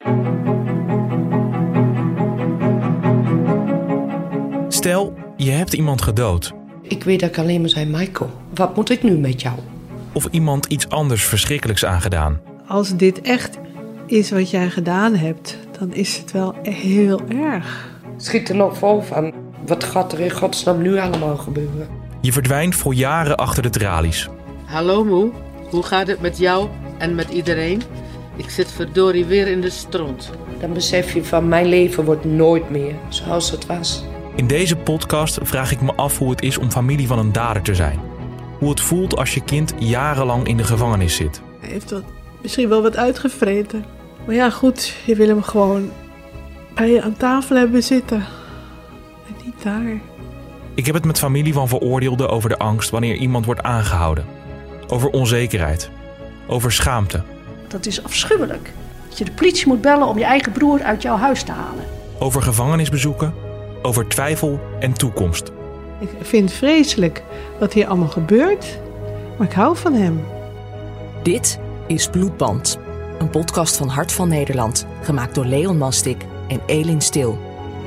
Stel, je hebt iemand gedood. Ik weet dat ik alleen maar zei, Michael, wat moet ik nu met jou? Of iemand iets anders verschrikkelijks aangedaan. Als dit echt is wat jij gedaan hebt, dan is het wel heel erg. Schiet er nog vol van. Wat gaat er in godsnaam nu allemaal gebeuren? Je verdwijnt voor jaren achter de tralies. Hallo moe, hoe gaat het met jou en met iedereen? Ik zit verdorie weer in de stront. Dan besef je van, mijn leven wordt nooit meer zoals het was. In deze podcast vraag ik me af hoe het is om familie van een dader te zijn. Hoe het voelt als je kind jarenlang in de gevangenis zit. Hij heeft misschien wel wat uitgevreten. Maar ja, goed, je wil hem gewoon bij je aan tafel hebben zitten. En niet daar. Ik heb het met familie van veroordeelden over de angst wanneer iemand wordt aangehouden. Over onzekerheid. Over schaamte. Dat is afschuwelijk. Dat je de politie moet bellen om je eigen broer uit jouw huis te halen. Over gevangenisbezoeken. Over twijfel en toekomst. Ik vind het vreselijk wat hier allemaal gebeurt. Maar ik hou van hem. Dit is Bloedband. Een podcast van Hart van Nederland. Gemaakt door Leon Mastik en Elin Stil.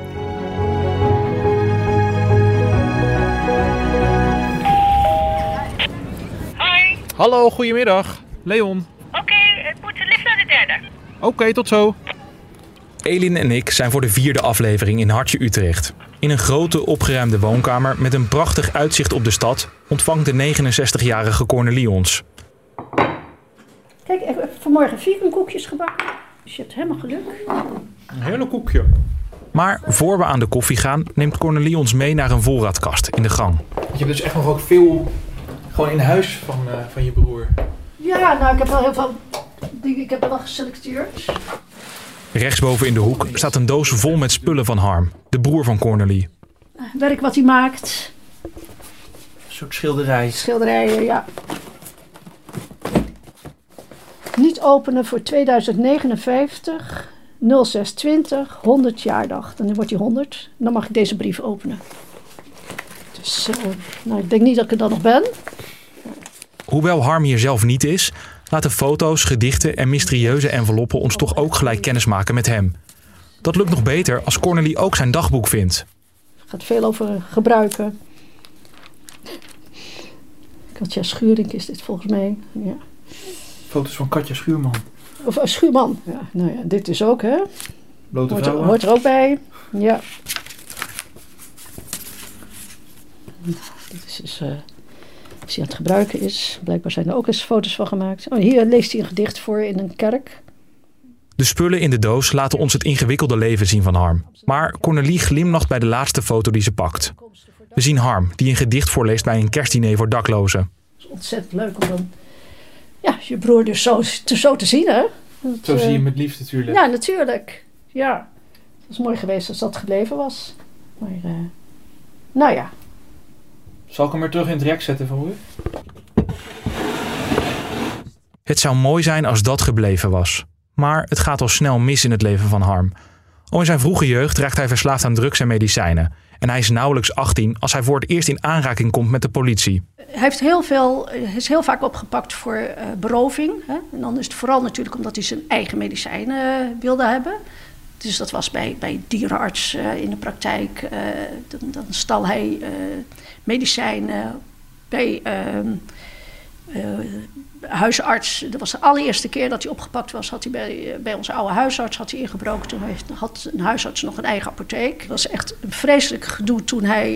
Hoi. Hallo, goedemiddag. Leon. Oké, het moet liefst naar de derde. Oké, tot zo. Elin en ik zijn voor de 4e aflevering in Hartje Utrecht. In een grote opgeruimde woonkamer met een prachtig uitzicht op de stad ontvangt de 69-jarige Cornelie ons. Kijk, ik heb vanmorgen vegankoekjes gebakken. Dus je hebt helemaal geluk. Een hele koekje. Maar voor we aan de koffie gaan, neemt Cornelie ons mee naar een voorraadkast in de gang. Je hebt dus echt nog ook veel gewoon in huis van je broer. Ja, nou, ik heb wel heel veel dingen. Ik heb er wel geselecteerd. Rechtsboven in de hoek staat een doos vol met spullen van Harm, de broer van Cornelie. Werk wat hij maakt. Een soort schilderij. Schilderijen, ja. Niet openen voor 2059, 0620, 100 jaardag. Dan wordt hij 100. Dan mag ik deze brief openen. Dus, nou, ik denk niet dat ik er dan nog ben. Hoewel Harm hier zelf niet is, laten foto's, gedichten en mysterieuze enveloppen ons toch ook gelijk kennismaken met hem. Dat lukt nog beter als Cornelie ook zijn dagboek vindt. Er gaat veel over gebruiken. Katja Schuurink is dit volgens mij. Ja. Foto's van Katja Schuurman. Of Schuurman. Ja, nou ja, dit is ook, hè. Blote vrouwen. Hoort er ook bij. Ja. Dit is dus, als hij aan het gebruiken is. Blijkbaar zijn er ook eens foto's van gemaakt. Oh, hier leest hij een gedicht voor in een kerk. De spullen in de doos laten ons het ingewikkelde leven zien van Harm. Maar Cornelie glimlacht bij de laatste foto die ze pakt. We zien Harm, die een gedicht voorleest bij een kerstdiner voor daklozen. Het is ontzettend leuk om dan je broer dus zo te zien, hè. Zo zie je hem het liefst natuurlijk. Ja, natuurlijk. Ja. Het was mooi geweest als dat gebleven was. Maar, nou ja. Zal ik hem weer terug in het rek zetten voor u? Het zou mooi zijn als dat gebleven was. Maar het gaat al snel mis in het leven van Harm. Al in zijn vroege jeugd raakt hij verslaafd aan drugs en medicijnen. En hij is nauwelijks 18 als hij voor het eerst in aanraking komt met de politie. Hij is heel vaak opgepakt voor beroving. Hè? En dan is het vooral natuurlijk omdat hij zijn eigen medicijnen wilde hebben. Dus dat was bij dierenarts in de praktijk. Dan stal hij medicijnen bij huisarts. Dat was de allereerste keer dat hij opgepakt was. Had hij bij onze oude huisarts ingebroken. Toen had een huisarts nog een eigen apotheek. Het was echt een vreselijk gedoe toen hij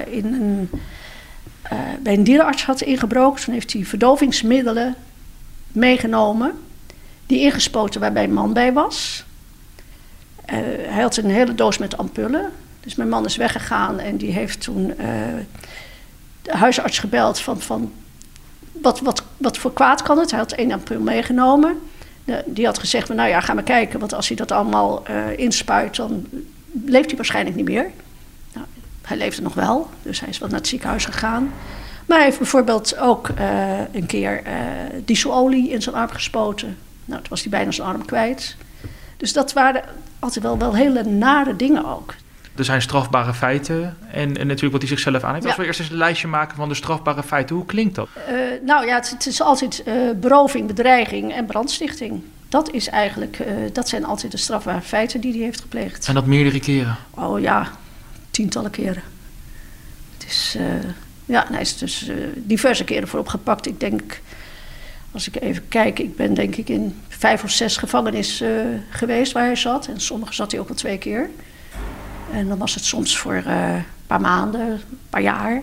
bij een dierenarts had ingebroken. Toen heeft hij verdovingsmiddelen meegenomen. Die ingespoten waarbij een man bij was. Hij had een hele doos met ampullen. Dus mijn man is weggegaan en die heeft toen de huisarts gebeld van wat voor kwaad kan het? Hij had 1 ampul meegenomen. Die had gezegd, nou ja, ga maar kijken. Want als hij dat allemaal inspuit, dan leeft hij waarschijnlijk niet meer. Nou, hij leefde nog wel, dus hij is wel naar het ziekenhuis gegaan. Maar hij heeft bijvoorbeeld ook een keer dieselolie in zijn arm gespoten. Nou, toen was hij bijna zijn arm kwijt. Dus dat waren altijd wel hele nare dingen ook. Er zijn strafbare feiten en natuurlijk wat hij zichzelf aan heeft. Ja. Als we eerst eens een lijstje maken van de strafbare feiten, hoe klinkt dat? Nou ja, het is altijd beroving, bedreiging en brandstichting. Dat is eigenlijk, dat zijn altijd de strafbare feiten die hij heeft gepleegd. En dat meerdere keren? Oh ja, tientallen keren. Het is, hij is dus diverse keren voor opgepakt. Ik denk, als ik even kijk, ik ben denk ik in 5 of 6 gevangenissen geweest waar hij zat. En sommige zat hij ook wel 2 keer. En dan was het soms voor een paar maanden, een paar jaar.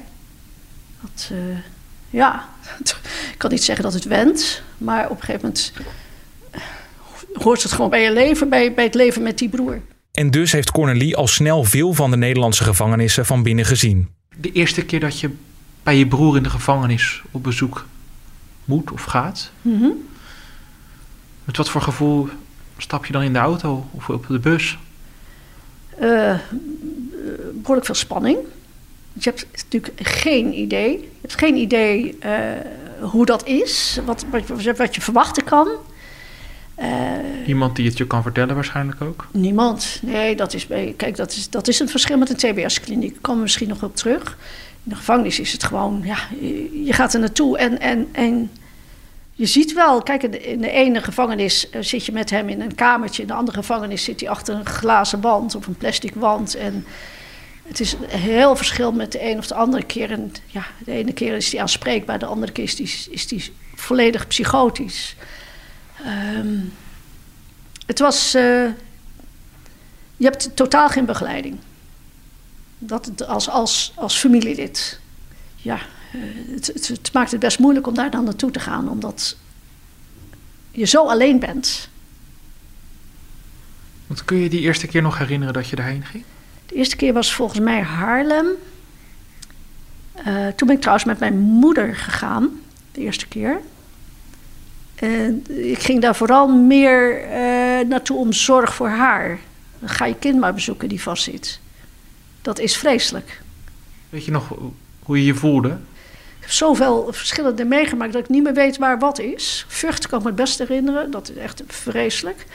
Ik kan niet zeggen dat het went, maar op een gegeven moment hoort het gewoon bij je leven, bij het leven met die broer. En dus heeft Cornélie al snel veel van de Nederlandse gevangenissen van binnen gezien. De eerste keer dat je bij je broer in de gevangenis op bezoek moet of gaat, met wat voor gevoel stap je dan in de auto of op de bus? Behoorlijk veel spanning. Je hebt natuurlijk geen idee. Je hebt geen idee hoe dat is, wat je verwachten kan. Iemand die het je kan vertellen waarschijnlijk ook? Niemand. Nee, dat is een verschil met een TBS-kliniek. Daar komen we misschien nog op terug. In de gevangenis is het gewoon, je gaat er naartoe en je ziet wel, kijk, in de ene gevangenis zit je met hem in een kamertje. In de andere gevangenis zit hij achter een glazen wand of een plastic wand. En het is een heel verschil met de een of de andere keer. En de ene keer is hij aanspreekbaar, de andere keer is hij volledig psychotisch. Het was, je hebt totaal geen begeleiding. Dat als familielid. Ja, het maakt het best moeilijk om daar dan naartoe te gaan, omdat je zo alleen bent. Want kun je die eerste keer nog herinneren dat je daarheen ging? De eerste keer was volgens mij Haarlem. Toen ben ik trouwens met mijn moeder gegaan, de eerste keer. En ik ging daar vooral meer naartoe om zorg voor haar. Dan ga je kind maar bezoeken die vastzit. Dat is vreselijk. Weet je nog hoe je je voelde? Ik heb zoveel verschillende meegemaakt dat ik niet meer weet waar wat is. Vught kan ik me het best herinneren. Dat is echt vreselijk.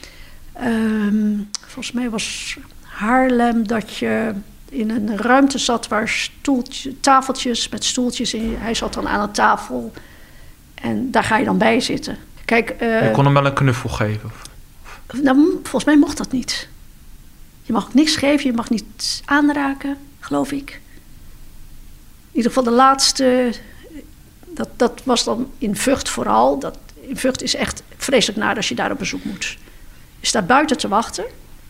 Volgens mij was Haarlem dat je in een ruimte zat waar tafeltjes met stoeltjes in. Hij zat dan aan een tafel en daar ga je dan bij zitten. Kijk, je kon hem wel een knuffel geven? Nou, volgens mij mocht dat niet. Je mag ook niks geven, je mag niet aanraken, geloof ik. In ieder geval de laatste, dat was dan in Vught vooral. In Vught is echt vreselijk naar als je daar op bezoek moet. Je staat buiten te wachten.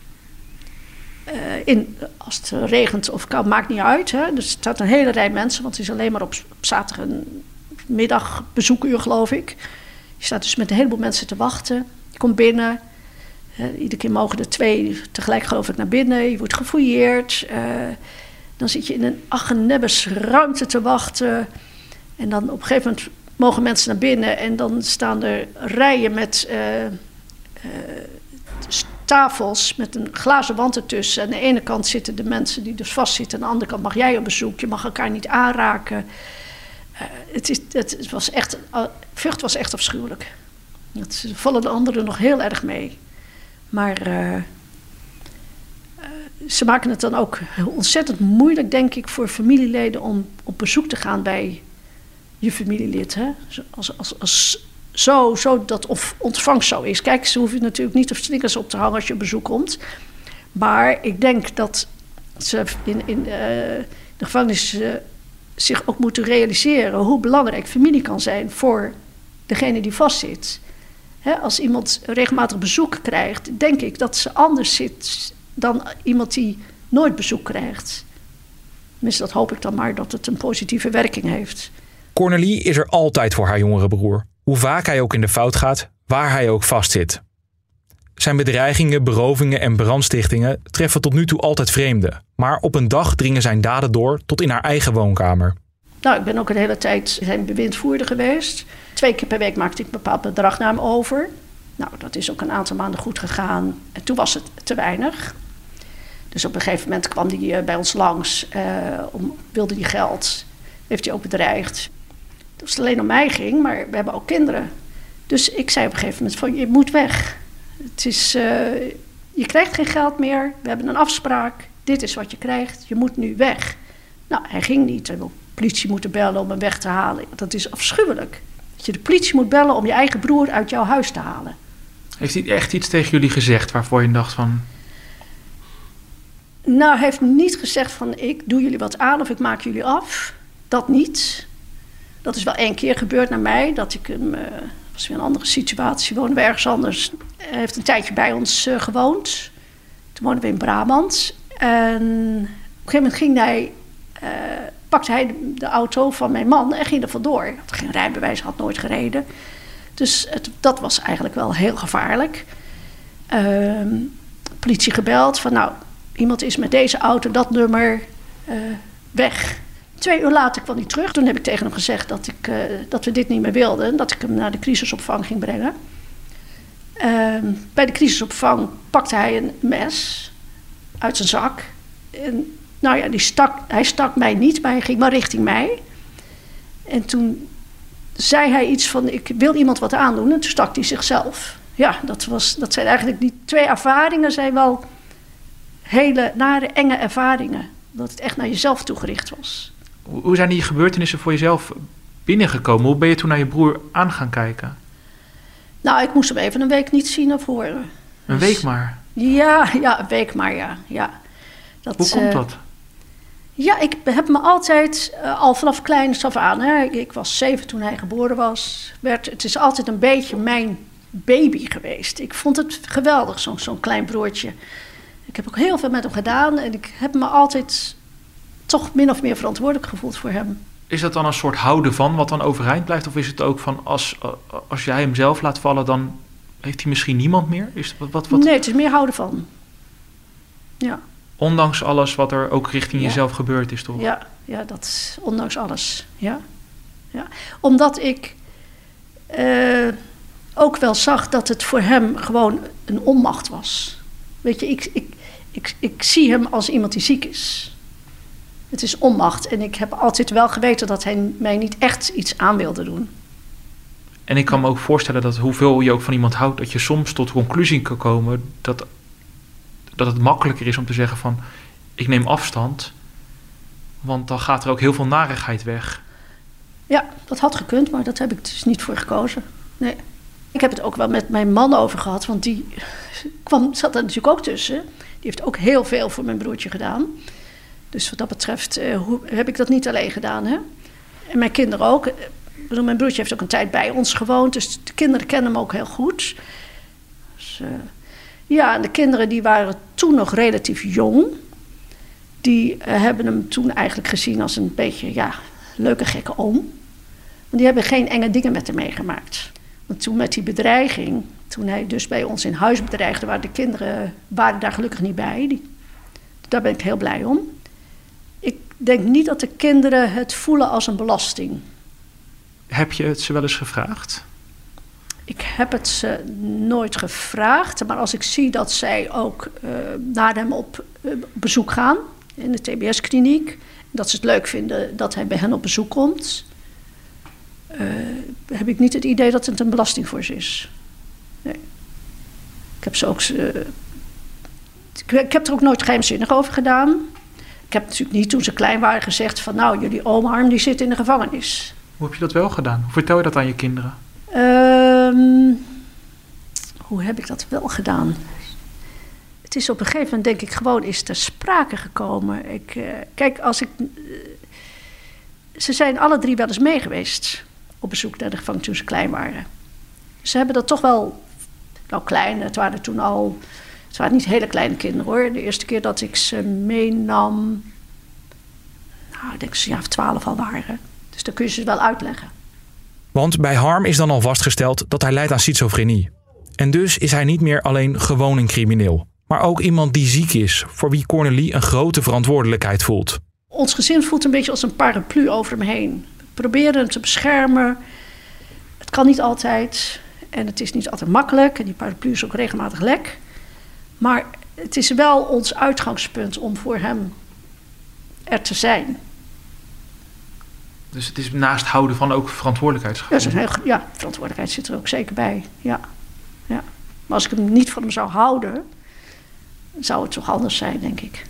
Als het regent of koud, maakt niet uit. Hè. Dus er staat een hele rij mensen, want het is alleen maar op zaterdagmiddag bezoekuur, geloof ik. Je staat dus met een heleboel mensen te wachten. Je komt binnen. Iedere keer mogen er 2 tegelijk, geloof ik, naar binnen. Je wordt gefouilleerd. Dan zit je in een achenebbes ruimte te wachten. En dan op een gegeven moment mogen mensen naar binnen. En dan staan er rijen met tafels met een glazen wand ertussen. Aan de ene kant zitten de mensen die dus vastzitten. Aan de andere kant mag jij op bezoek. Je mag elkaar niet aanraken. Vught was echt afschuwelijk. Dat vallen de anderen nog heel erg mee. Maar ze maken het dan ook ontzettend moeilijk, denk ik, voor familieleden om op bezoek te gaan bij je familielid. Hè? Als zo dat ontvangst zo is. Kijk, ze hoeven natuurlijk niet op snickers op te hangen als je op bezoek komt. Maar ik denk dat ze in de gevangenis zich ook moeten realiseren hoe belangrijk familie kan zijn voor degene die vastzit. Als iemand regelmatig bezoek krijgt, denk ik dat ze anders zit dan iemand die nooit bezoek krijgt. Tenminste, dat hoop ik dan maar, dat het een positieve werking heeft. Cornélie is er altijd voor haar jongere broer. Hoe vaak hij ook in de fout gaat, waar hij ook vastzit. Zijn bedreigingen, berovingen en brandstichtingen treffen tot nu toe altijd vreemden. Maar op een dag dringen zijn daden door tot in haar eigen woonkamer. Nou, ik ben ook een hele tijd zijn bewindvoerder geweest. 2 keer per week maakte ik een bepaald bedrag naar hem over. Nou, dat is ook een aantal maanden goed gegaan. En toen was het te weinig. Dus op een gegeven moment kwam hij bij ons langs. Wilde hij geld. Heeft hij ook bedreigd. Dat het alleen om mij ging, maar we hebben ook kinderen. Dus ik zei op een gegeven moment van, je moet weg. Het is, je krijgt geen geld meer. We hebben een afspraak. Dit is wat je krijgt. Je moet nu weg. Nou, hij ging niet. We hebben de politie moeten bellen om hem weg te halen. Dat is afschuwelijk. Dat je de politie moet bellen om je eigen broer uit jouw huis te halen. Heeft hij echt iets tegen jullie gezegd waarvoor je dacht van... Nou, hij heeft niet gezegd van ik doe jullie wat aan of ik maak jullie af. Dat niet. Dat is wel 1 keer gebeurd naar mij. Dat ik hem, was weer een andere situatie, woonden we ergens anders. Hij heeft een tijdje bij ons gewoond. Toen woonden we in Brabant. En op een gegeven moment pakte hij de auto van mijn man en ging er vandoor. Hij had geen rijbewijs, had nooit gereden. Dus dat was eigenlijk wel heel gevaarlijk. Politie gebeld van nou, iemand is met deze auto, dat nummer, weg. 2 uur later kwam hij terug. Toen heb ik tegen hem gezegd dat we dit niet meer wilden. En dat ik hem naar de crisisopvang ging brengen. Bij de crisisopvang pakte hij een mes uit zijn zak. En, nou ja, hij stak mij niet, maar hij ging maar richting mij. En toen zei hij iets van, ik wil iemand wat aandoen. En toen stak hij zichzelf. Ja, dat zijn eigenlijk die 2 ervaringen zijn wel hele nare, enge ervaringen. Dat het echt naar jezelf toegericht was. Hoe zijn die gebeurtenissen voor jezelf binnengekomen? Hoe ben je toen naar je broer aan gaan kijken? Nou, ik moest hem even een week niet zien of horen. Een week maar? Ja, een week maar, ja. Hoe komt dat? Ja, ik heb me altijd, al vanaf kleins af aan... Hè, ik was 7 toen hij geboren was. Het is altijd een beetje mijn baby geweest. Ik vond het geweldig, zo'n klein broertje. Ik heb ook heel veel met hem gedaan. En ik heb me altijd toch min of meer verantwoordelijk gevoeld voor hem. Is dat dan een soort houden van wat dan overeind blijft? Of is het ook van als jij hem zelf laat vallen, dan heeft hij misschien niemand meer? Wat? Nee, het is meer houden van. Ja. Ondanks alles wat er ook richting jezelf gebeurd is, toch? Ja, dat is ondanks alles. Ja. Omdat ik ook wel zag dat het voor hem gewoon een onmacht was. Weet je, ik zie hem als iemand die ziek is. Het is onmacht. En ik heb altijd wel geweten dat hij mij niet echt iets aan wilde doen. En ik kan me ook voorstellen dat hoeveel je ook van iemand houdt, dat je soms tot de conclusie kan komen dat het makkelijker is om te zeggen van, ik neem afstand. Want dan gaat er ook heel veel narigheid weg. Ja, dat had gekund, maar dat heb ik dus niet voor gekozen. Nee. Ik heb het ook wel met mijn man over gehad, want die zat er natuurlijk ook tussen. Die heeft ook heel veel voor mijn broertje gedaan. Dus wat dat betreft heb ik dat niet alleen gedaan. Hè? En mijn kinderen ook. Mijn broertje heeft ook een tijd bij ons gewoond, dus de kinderen kennen hem ook heel goed. Dus, en de kinderen die waren toen nog relatief jong. Die hebben hem toen eigenlijk gezien als een beetje, leuke gekke oom. Want die hebben geen enge dingen met hem meegemaakt. Want toen met die bedreiging, toen hij dus bij ons in huis bedreigde, waren de kinderen daar gelukkig niet bij. Daar ben ik heel blij om. Ik denk niet dat de kinderen het voelen als een belasting. Heb je het ze wel eens gevraagd? Ik heb het ze nooit gevraagd. Maar als ik zie dat zij ook naar hem op bezoek gaan in de TBS-kliniek, dat ze het leuk vinden dat hij bij hen op bezoek komt, heb ik niet het idee dat het een belasting voor ze is. Nee. Ik heb ze ook... ik heb er ook nooit geheimzinnig over gedaan. Ik heb natuurlijk niet toen ze klein waren gezegd van, nou, jullie oom Harm die zit in de gevangenis. Hoe heb je dat wel gedaan? Hoe vertel je dat aan je kinderen? Hoe heb ik dat wel gedaan? Het is op een gegeven moment, denk ik, gewoon is ter sprake gekomen. Ze zijn alle 3 wel eens mee geweest op bezoek naar de gevangenis toen ze klein waren. Ze hebben dat toch wel, nou klein, het waren niet hele kleine kinderen hoor. De eerste keer dat ik ze meenam, ik denk ze 12 al waren. Dus dan kun je ze wel uitleggen. Want bij Harm is dan al vastgesteld dat hij lijdt aan schizofrenie. En dus is hij niet meer alleen gewoon een crimineel, maar ook iemand die ziek is, voor wie Cornélie een grote verantwoordelijkheid voelt. Ons gezin voelt een beetje als een paraplu over hem heen. We proberen hem te beschermen. Het kan niet altijd. En het is niet altijd makkelijk. En die paraplu is ook regelmatig lek. Maar het is wel ons uitgangspunt om voor hem er te Dus het is naast houden van ook verantwoordelijkheidsgevoel? Ja, verantwoordelijkheid zit er ook zeker bij. Ja. Maar als ik hem niet van hem zou houden, zou het toch anders zijn, denk ik.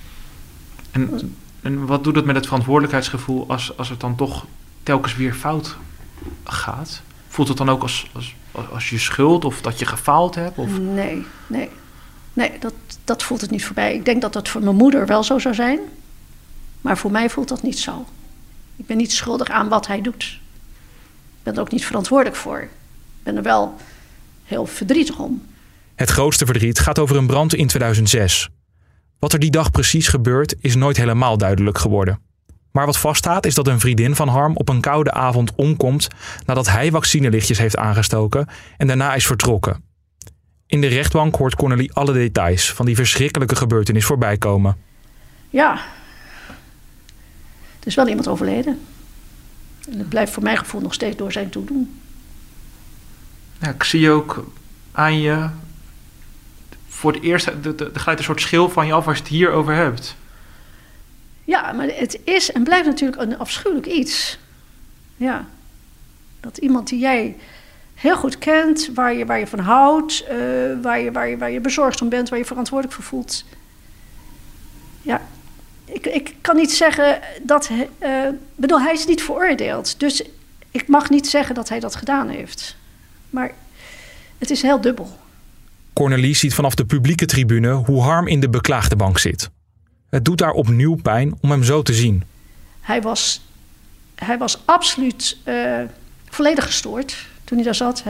En wat doet het met het verantwoordelijkheidsgevoel als het dan toch telkens weer fout gaat? Voelt het dan ook als als je schuld of dat je gefaald hebt? Of? Nee, dat voelt het niet voorbij. Ik denk dat dat voor mijn moeder wel zo zou zijn. Maar voor mij voelt dat niet zo. Ik ben niet schuldig aan wat hij doet. Ik ben er ook niet verantwoordelijk voor. Ik ben er wel heel verdrietig om. Het grootste verdriet gaat over een brand in 2006. Wat er die dag precies gebeurt is nooit helemaal duidelijk geworden. Maar wat vaststaat is dat een vriendin van Harm op een koude avond omkomt nadat hij vaccinelichtjes heeft aangestoken en daarna is vertrokken. In de rechtbank hoort Cornélie alle details van die verschrikkelijke gebeurtenis voorbij komen. Ja, er is wel iemand overleden. En het blijft voor mijn gevoel nog steeds door zijn toedoen. Ja, ik zie ook aan je, voor het eerst, er glijdt een soort schil van je af als je het hierover hebt. Ja, maar het is en blijft natuurlijk een afschuwelijk iets. Ja, dat iemand die jij heel goed kent, waar je van houdt, waar je bezorgd om bent, waar je verantwoordelijk voor voelt. Ja, ik kan niet zeggen dat... hij is niet veroordeeld. Dus ik mag niet zeggen dat hij dat gedaan heeft. Maar het is heel dubbel. Cornélie ziet vanaf de publieke tribune hoe Harm in de beklaagde bank zit. Het doet haar opnieuw pijn om hem zo te zien. Hij was absoluut volledig gestoord toen hij daar zat.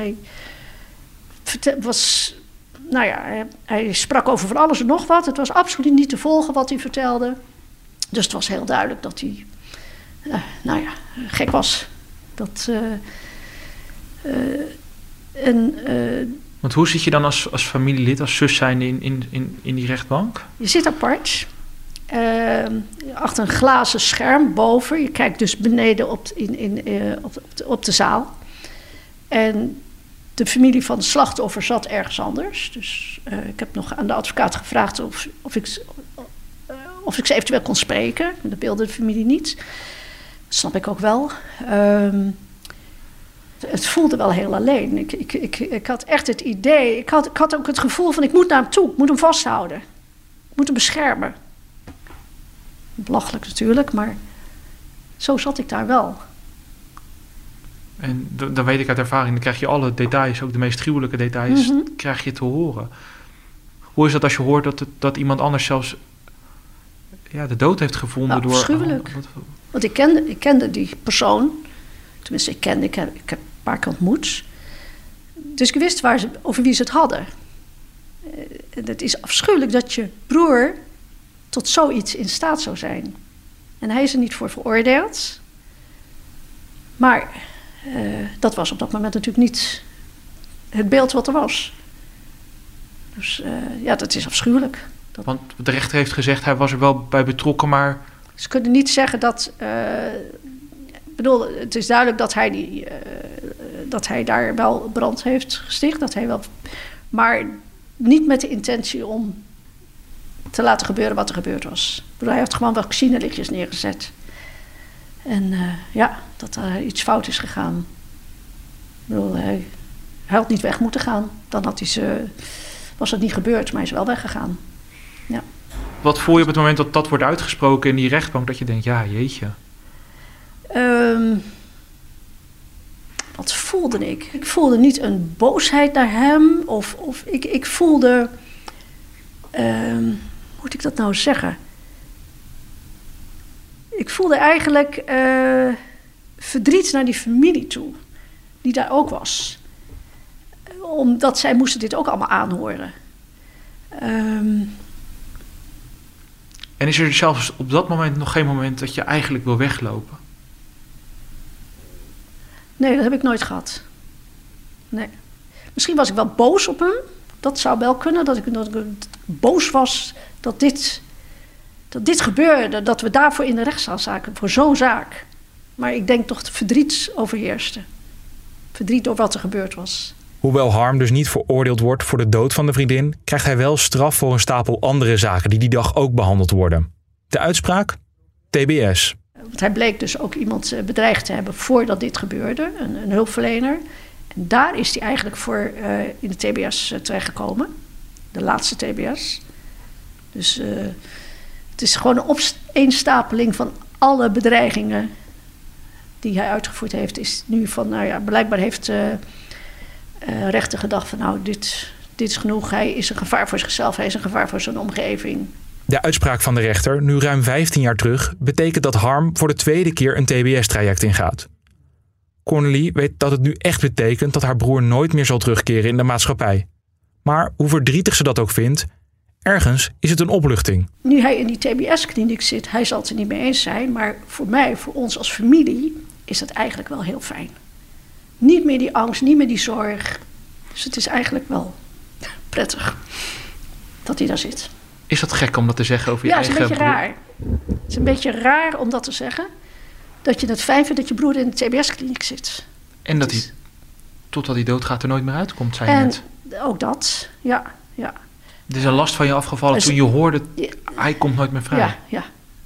Hij sprak over van alles en nog wat. Het was absoluut niet te volgen wat hij vertelde. Dus het was heel duidelijk dat hij gek was. Want hoe zit je dan als familielid, als zus zijnde in die rechtbank? Je zit apart. Achter een glazen scherm boven. Je kijkt dus beneden op de zaal. En de familie van het slachtoffer zat ergens anders. Dus ik heb nog aan de advocaat gevraagd of ik ze eventueel kon spreken. Dat wilde de familie niet. Dat snap ik ook wel. Het voelde wel heel alleen. Ik had echt het idee... Ik had ook het gevoel van ik moet naar hem toe. Ik moet hem vasthouden. Ik moet hem beschermen. Belachelijk natuurlijk, maar zo zat ik daar wel. En dan weet ik uit ervaring, dan krijg je alle details, ook de meest gruwelijke details, krijg je te horen. Hoe is dat als je hoort dat iemand anders zelfs de dood heeft gevonden door... Afschuwelijk. Want ik kende die persoon. Tenminste, ik heb een paar keer ontmoet. Dus ik wist over wie ze het hadden. Het is afschuwelijk dat je broer tot zoiets in staat zou zijn. En hij is er niet voor veroordeeld. Maar dat was op dat moment natuurlijk niet het beeld wat er was. Dus dat is afschuwelijk. Want de rechter heeft gezegd, hij was er wel bij betrokken, maar... Ze kunnen niet zeggen dat... het is duidelijk dat hij daar wel brand heeft gesticht. Maar niet met de intentie om te laten gebeuren wat er gebeurd was. Hij heeft gewoon vaccinelichtjes neergezet. En dat er iets fout is gegaan. Hij had niet weg moeten gaan. Dan was het niet gebeurd, maar hij is wel weggegaan. Ja. Wat voel je op het moment dat wordt uitgesproken in die rechtbank? Dat je denkt, ja, jeetje. Wat voelde ik? Ik voelde niet een boosheid naar hem. Ik voelde... hoe moet ik dat nou zeggen? Ik voelde eigenlijk verdriet naar die familie toe. Die daar ook was. Omdat zij moesten dit ook allemaal aanhoren. En is er zelfs op dat moment nog geen moment dat je eigenlijk wil weglopen? Nee, dat heb ik nooit gehad. Nee. Misschien was ik wel boos op hem. Dat zou wel kunnen, dat ik boos was dat dit gebeurde. Dat we daarvoor in de rechtszaal zaten, voor zo'n zaak. Maar ik denk toch dat verdriet overheerste. Verdriet door wat er gebeurd was. Hoewel Harm dus niet veroordeeld wordt voor de dood van de vriendin, krijgt hij wel straf voor een stapel andere zaken die dag ook behandeld worden. De uitspraak? TBS. Want hij bleek dus ook iemand bedreigd te hebben voordat dit gebeurde, een hulpverlener. En daar is hij eigenlijk voor in de TBS terechtgekomen. De laatste TBS. Dus het is gewoon een opeenstapeling van alle bedreigingen die hij uitgevoerd heeft. Is nu van, blijkbaar heeft rechter gedacht van nou, dit is genoeg. Hij is een gevaar voor zichzelf, hij is een gevaar voor zijn omgeving. De uitspraak van de rechter, nu ruim 15 jaar terug, betekent dat Harm voor de tweede keer een TBS-traject ingaat. Cornelie weet dat het nu echt betekent dat haar broer nooit meer zal terugkeren in de maatschappij. Maar hoe verdrietig ze dat ook vindt, ergens is het een opluchting. Nu hij in die TBS-kliniek zit, hij zal het er niet mee eens zijn, maar voor mij, voor ons als familie, is dat eigenlijk wel heel fijn. Niet meer die angst, niet meer die zorg. Dus het is eigenlijk wel prettig dat hij daar zit. Is dat gek om dat te zeggen over je eigen broer? Ja, het is een beetje raar. Het is een beetje raar om dat te zeggen. Dat je het fijn vindt dat je broer in de TBS-kliniek zit. En dat hij, totdat hij doodgaat, er nooit meer uitkomt, zei je net. Ook dat, ja. Er is een last van je afgevallen toen je hoorde, hij komt nooit meer vrij. Ja.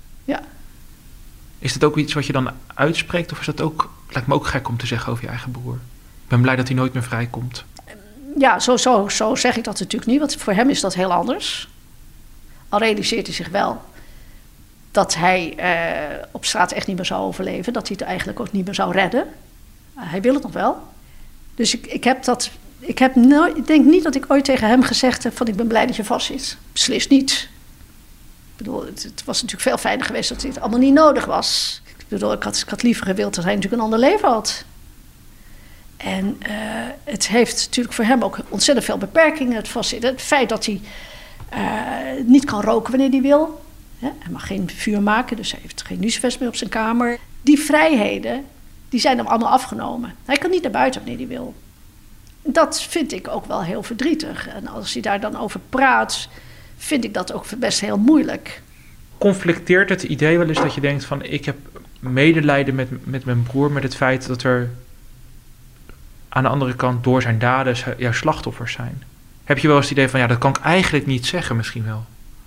Is dat ook iets wat je dan uitspreekt? Of is dat ook, lijkt me ook gek om te zeggen over je eigen broer? Ik ben blij dat hij nooit meer vrijkomt. Ja, zo zeg ik dat natuurlijk niet. Want voor hem is dat heel anders. Al realiseert hij zich wel dat hij op straat echt niet meer zou overleven. Dat hij het eigenlijk ook niet meer zou redden. Hij wil het nog wel. Dus ik denk niet dat ik ooit tegen hem gezegd heb van ik ben blij dat je vastzit. Beslist niet. Ik bedoel, het was natuurlijk veel fijner geweest dat dit allemaal niet nodig was. Ik bedoel, ik had liever gewild dat hij natuurlijk een ander leven had. En het heeft natuurlijk voor hem ook ontzettend veel beperkingen. Het vastzitten. Het feit dat hij niet kan roken wanneer hij wil. Hij mag geen vuur maken, dus hij heeft geen lucifers meer op zijn kamer. Die vrijheden, die zijn hem allemaal afgenomen. Hij kan niet naar buiten wanneer hij wil. Dat vind ik ook wel heel verdrietig. En als hij daar dan over praat, vind ik dat ook best heel moeilijk. Conflicteert het idee wel eens dat je denkt van ik heb medelijden met mijn broer, met het feit dat er aan de andere kant door zijn daden jouw slachtoffers zijn? Heb je wel eens het idee van ja, dat kan ik eigenlijk niet zeggen misschien wel?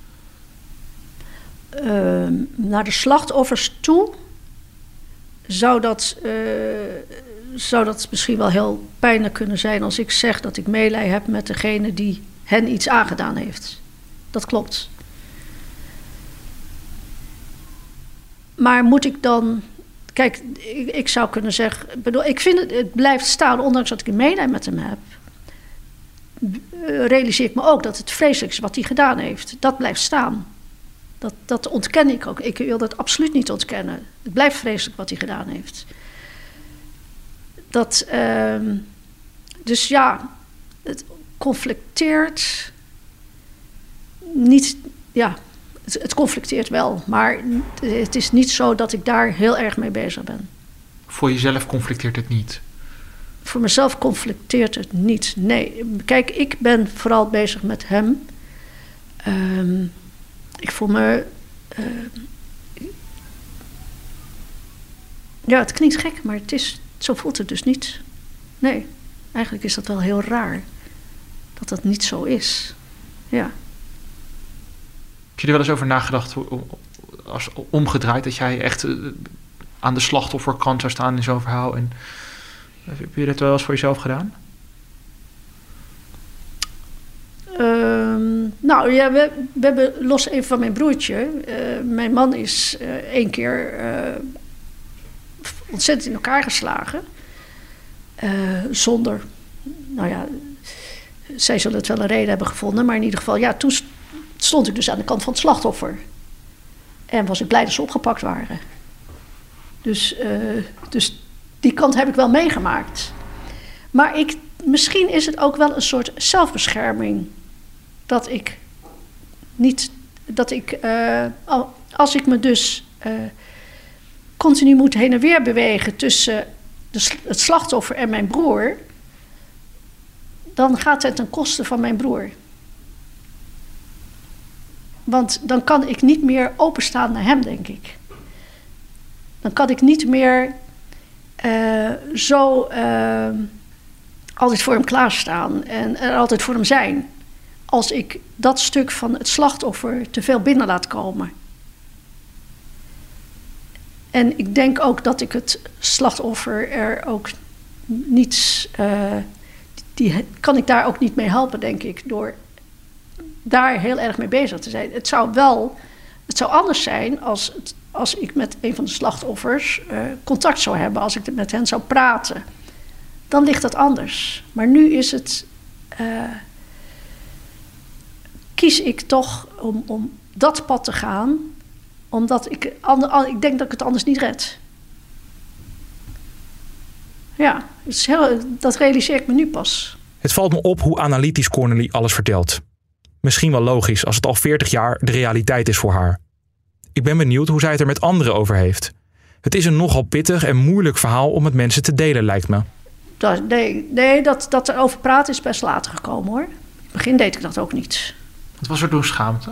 Naar de slachtoffers toe zou dat misschien wel heel pijnlijk kunnen zijn als ik zeg dat ik meelij heb met degene die hen iets aangedaan heeft. Dat klopt. Maar moet ik dan... Kijk, ik zou kunnen zeggen... Ik vind het blijft staan, ondanks dat ik een meelij met hem heb. Realiseer ik me ook dat het vreselijk is wat hij gedaan heeft. Dat blijft staan. Dat ontken ik ook. Ik wil dat absoluut niet ontkennen. Het blijft vreselijk wat hij gedaan heeft. Dus ja, het conflicteert niet... Ja, het conflicteert wel, maar het is niet zo dat ik daar heel erg mee bezig ben. Voor jezelf conflicteert het niet? Voor mezelf conflicteert het niet, nee. Kijk, ik ben vooral bezig met hem. Ik voel me... ja, het klinkt gek, maar zo voelt het dus niet. Nee, eigenlijk is dat wel heel raar. Dat dat niet zo is. Ja. Heb je er wel eens over nagedacht, als omgedraaid, dat jij echt aan de slachtofferkant zou staan in zo'n verhaal? En heb je dat wel eens voor jezelf gedaan? Nou ja, we hebben los even van mijn broertje. Mijn man is 1 keer ontzettend in elkaar geslagen. Zonder, nou ja, zij zullen het wel een reden hebben gevonden. Maar in ieder geval, ja, toen stond ik dus aan de kant van het slachtoffer. En was ik blij dat ze opgepakt waren. Dus die kant heb ik wel meegemaakt. Maar misschien is het ook wel een soort zelfbescherming. Als ik me dus continu moet heen en weer bewegen tussen het slachtoffer en mijn broer, dan gaat het ten koste van mijn broer. Want dan kan ik niet meer openstaan naar hem, denk ik. Dan kan ik niet meer altijd voor hem klaarstaan en er altijd voor hem zijn. Als ik dat stuk van het slachtoffer te veel binnen laat komen. En ik denk ook dat ik het slachtoffer er ook niets... die kan ik daar ook niet mee helpen, denk ik, door daar heel erg mee bezig te zijn. Het zou anders zijn als ik met een van de slachtoffers contact zou hebben, als ik met hen zou praten. dan ligt dat anders. Maar nu is het... kies ik toch om dat pad te gaan, omdat ik denk dat ik het anders niet red. Ja, dat realiseer ik me nu pas. Het valt me op hoe analytisch Cornélie alles vertelt. Misschien wel logisch als het al 40 jaar de realiteit is voor haar. Ik ben benieuwd hoe zij het er met anderen over heeft. Het is een nogal pittig en moeilijk verhaal om met mensen te delen, lijkt me. Dat er over praten is best later gekomen, hoor. In het begin deed ik dat ook niet. Wat was er toen schaamte?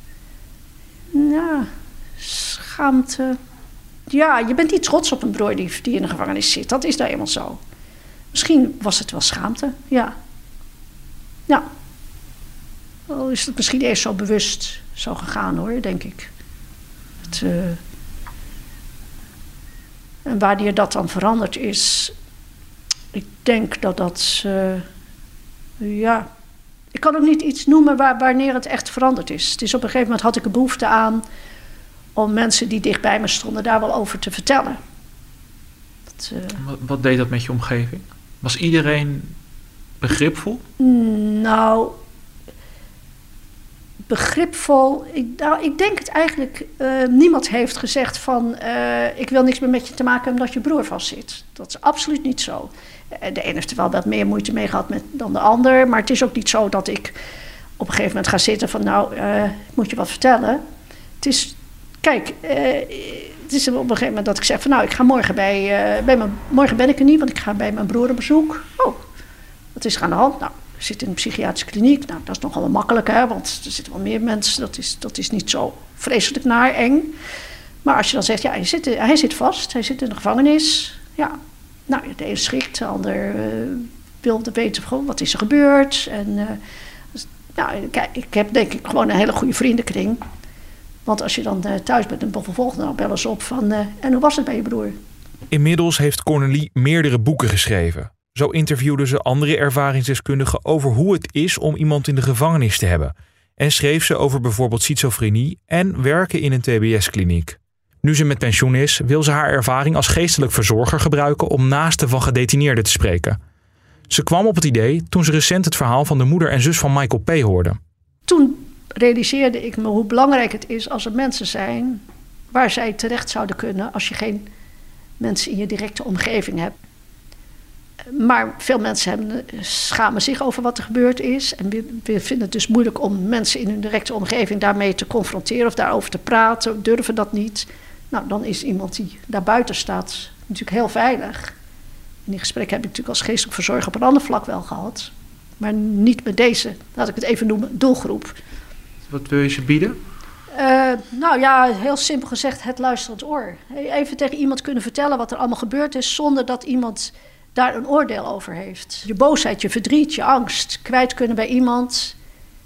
Ja, schaamte. Ja, je bent niet trots op een broer die in de gevangenis zit. Dat is nou eenmaal zo. Misschien was het wel schaamte, ja. Ja. Al is het misschien eerst zo bewust zo gegaan, hoor, denk ik. En wanneer dat dan veranderd is... Ik denk dat... ja... Ik kan ook niet iets noemen wanneer het echt veranderd is. Het is op een gegeven moment had ik een behoefte aan... om mensen die dicht bij me stonden daar wel over te vertellen. Wat deed dat met je omgeving? Was iedereen begripvol? Nou... begripvol... Ik denk het eigenlijk... niemand heeft gezegd van... ik wil niks meer met je te maken hebben omdat je broer vastzit. Dat is absoluut niet zo. De een heeft er wel wat meer moeite mee gehad dan de ander. Maar het is ook niet zo dat ik op een gegeven moment ga zitten van... nou, moet je wat vertellen. Het is... Kijk, het is op een gegeven moment dat ik zeg van... nou, ik ga morgen morgen ben ik er niet, want ik ga bij mijn broer op bezoek. Oh, wat is er aan de hand? Nou, ik zit in een psychiatrische kliniek. Nou, dat is nogal makkelijk, hè, want er zitten wel meer mensen. Dat is niet zo vreselijk naar, eng. Maar als je dan zegt, ja, hij zit vast. Hij zit in de gevangenis. Ja, nou, de een schrikt, de ander wilde weten gewoon wat is er gebeurd. En nou, kijk, ik heb denk ik gewoon een hele goede vriendenkring. Want als je dan thuis bent, dan vervolgens nou bellen ze op van... en hoe was het bij je broer? Inmiddels heeft Cornélie meerdere boeken geschreven. Zo interviewde ze andere ervaringsdeskundigen over hoe het is om iemand in de gevangenis te hebben. En schreef ze over bijvoorbeeld schizofrenie en werken in een TBS-kliniek. Nu ze met pensioen is, wil ze haar ervaring als geestelijk verzorger gebruiken om naasten van gedetineerden te spreken. Ze kwam op het idee toen ze recent het verhaal van de moeder en zus van Michael P. hoorde. Toen realiseerde ik me hoe belangrijk het is als er mensen zijn waar zij terecht zouden kunnen als je geen mensen in je directe omgeving hebt. Maar veel mensen schamen zich over wat er gebeurd is. En we vinden het dus moeilijk om mensen in hun directe omgeving daarmee te confronteren of daarover te praten, durven dat niet. Nou, dan is iemand die daar buiten staat natuurlijk heel veilig. In die gesprekken heb ik natuurlijk als geestelijk verzorger op een ander vlak wel gehad. Maar niet met deze, laat ik het even noemen, doelgroep. Wat wil je ze bieden? Nou ja, heel simpel gezegd, het luisterend oor. Even tegen iemand kunnen vertellen wat er allemaal gebeurd is zonder dat iemand daar een oordeel over heeft. Je boosheid, je verdriet, je angst kwijt kunnen bij iemand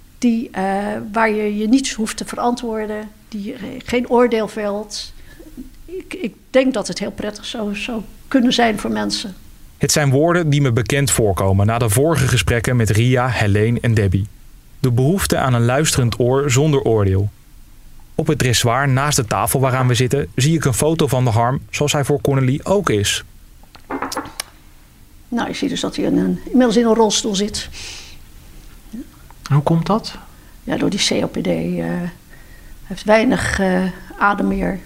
waar je je niets hoeft te verantwoorden, die geen oordeel velt. Ik denk dat het heel prettig zou kunnen zijn voor mensen. Het zijn woorden die me bekend voorkomen na de vorige gesprekken met Ria, Helene en Debbie. De behoefte aan een luisterend oor zonder oordeel. Op het dressoir naast de tafel waaraan we zitten zie ik een foto van de Harm zoals hij voor Cornélie ook is. Nou, je ziet dus dat hij inmiddels in een rolstoel zit. Ja. Hoe komt dat? Ja, door die COPD. Hij heeft weinig adem meer.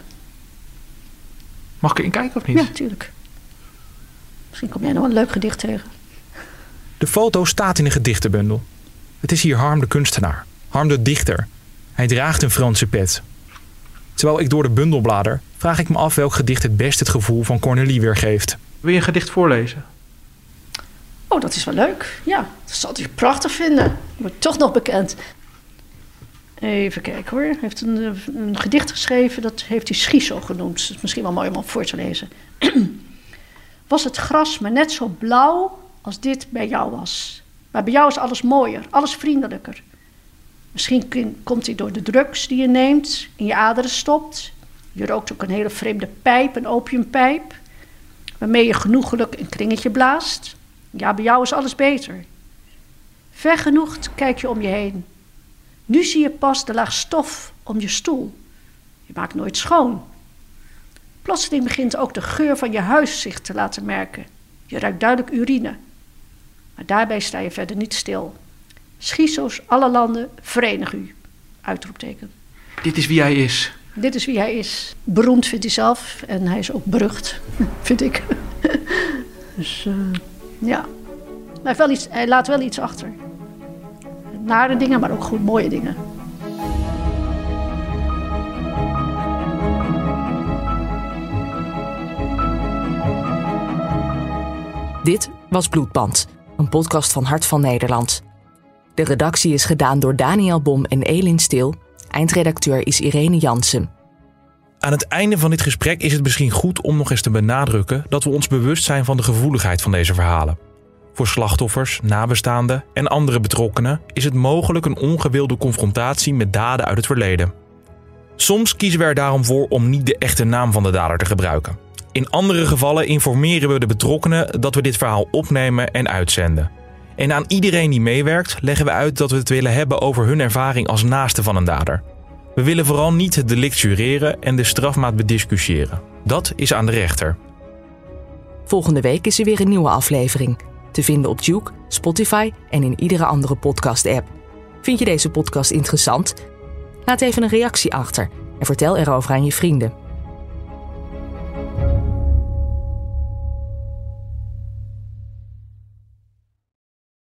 Mag ik erin kijken of niet? Ja, natuurlijk. Misschien kom jij nog een leuk gedicht tegen. De foto staat in een gedichtenbundel. Het is hier Harm de kunstenaar. Harm de dichter. Hij draagt een Franse pet. Terwijl ik door de bundel blader, vraag ik me af welk gedicht het best het gevoel van Cornélie weergeeft. Wil je een gedicht voorlezen? Oh, dat is wel leuk. Ja, dat zal hij prachtig vinden. Wordt toch nog bekend. Even kijken hoor. Hij heeft een gedicht geschreven, dat heeft hij Schizo genoemd. Dat is misschien wel mooi om op voor te lezen. Was het gras maar net zo blauw als dit bij jou was. Maar bij jou is alles mooier, alles vriendelijker. Misschien komt hij door de drugs die je neemt, in je aderen stopt. Je rookt ook een hele vreemde pijp, een opiumpijp, waarmee je genoegelijk een kringetje blaast. Ja, bij jou is alles beter. Vergenoegd kijk je om je heen. Nu zie je pas de laag stof om je stoel. Je maakt nooit schoon. Plotseling begint ook de geur van je huis zich te laten merken. Je ruikt duidelijk urine. Maar daarbij sta je verder niet stil. Schizo's, alle landen, verenig u. Uitroepteken. Dit is wie hij is. Dit is wie hij is. Beroemd vindt hij zelf en hij is ook berucht, vind ik. Dus ja. Maar hij laat wel iets achter. Nare dingen, maar ook goed mooie dingen. Dit was Bloedband, een podcast van Hart van Nederland. De redactie is gedaan door Daniel Bom en Elin Stil. Eindredacteur is Irene Jansen. Aan het einde van dit gesprek is het misschien goed om nog eens te benadrukken dat we ons bewust zijn van de gevoeligheid van deze verhalen. Voor slachtoffers, nabestaanden en andere betrokkenen is het mogelijk een ongewilde confrontatie met daden uit het verleden. Soms kiezen we er daarom voor om niet de echte naam van de dader te gebruiken. In andere gevallen informeren we de betrokkenen dat we dit verhaal opnemen en uitzenden. En aan iedereen die meewerkt leggen we uit dat we het willen hebben over hun ervaring als naaste van een dader. We willen vooral niet het delict jureren en de strafmaat bediscussiëren. Dat is aan de rechter. Volgende week is er weer een nieuwe aflevering. Te vinden op Duke, Spotify en in iedere andere podcast-app. Vind je deze podcast interessant? Laat even een reactie achter en vertel erover aan je vrienden.